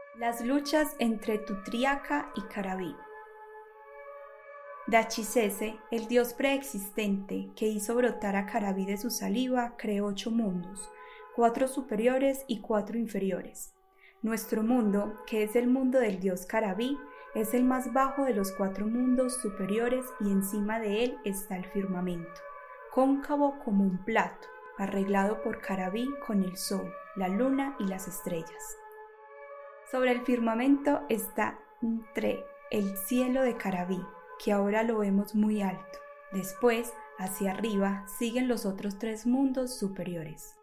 Las luchas entre Tutriaca y Caraví. Dachisese, el dios preexistente que hizo brotar a Caraví de su saliva, creó 8 mundos, 4 superiores y 4 inferiores. Nuestro mundo, que es el mundo del dios Caraví, es el más bajo de los 4 mundos superiores y encima de él está el firmamento, cóncavo como un plato, arreglado por Caraví con el sol, la luna y las estrellas. Sobre el firmamento está Ntre, el cielo de Caraví, que ahora lo vemos muy alto. Después, hacia arriba, siguen los otros 3 mundos superiores.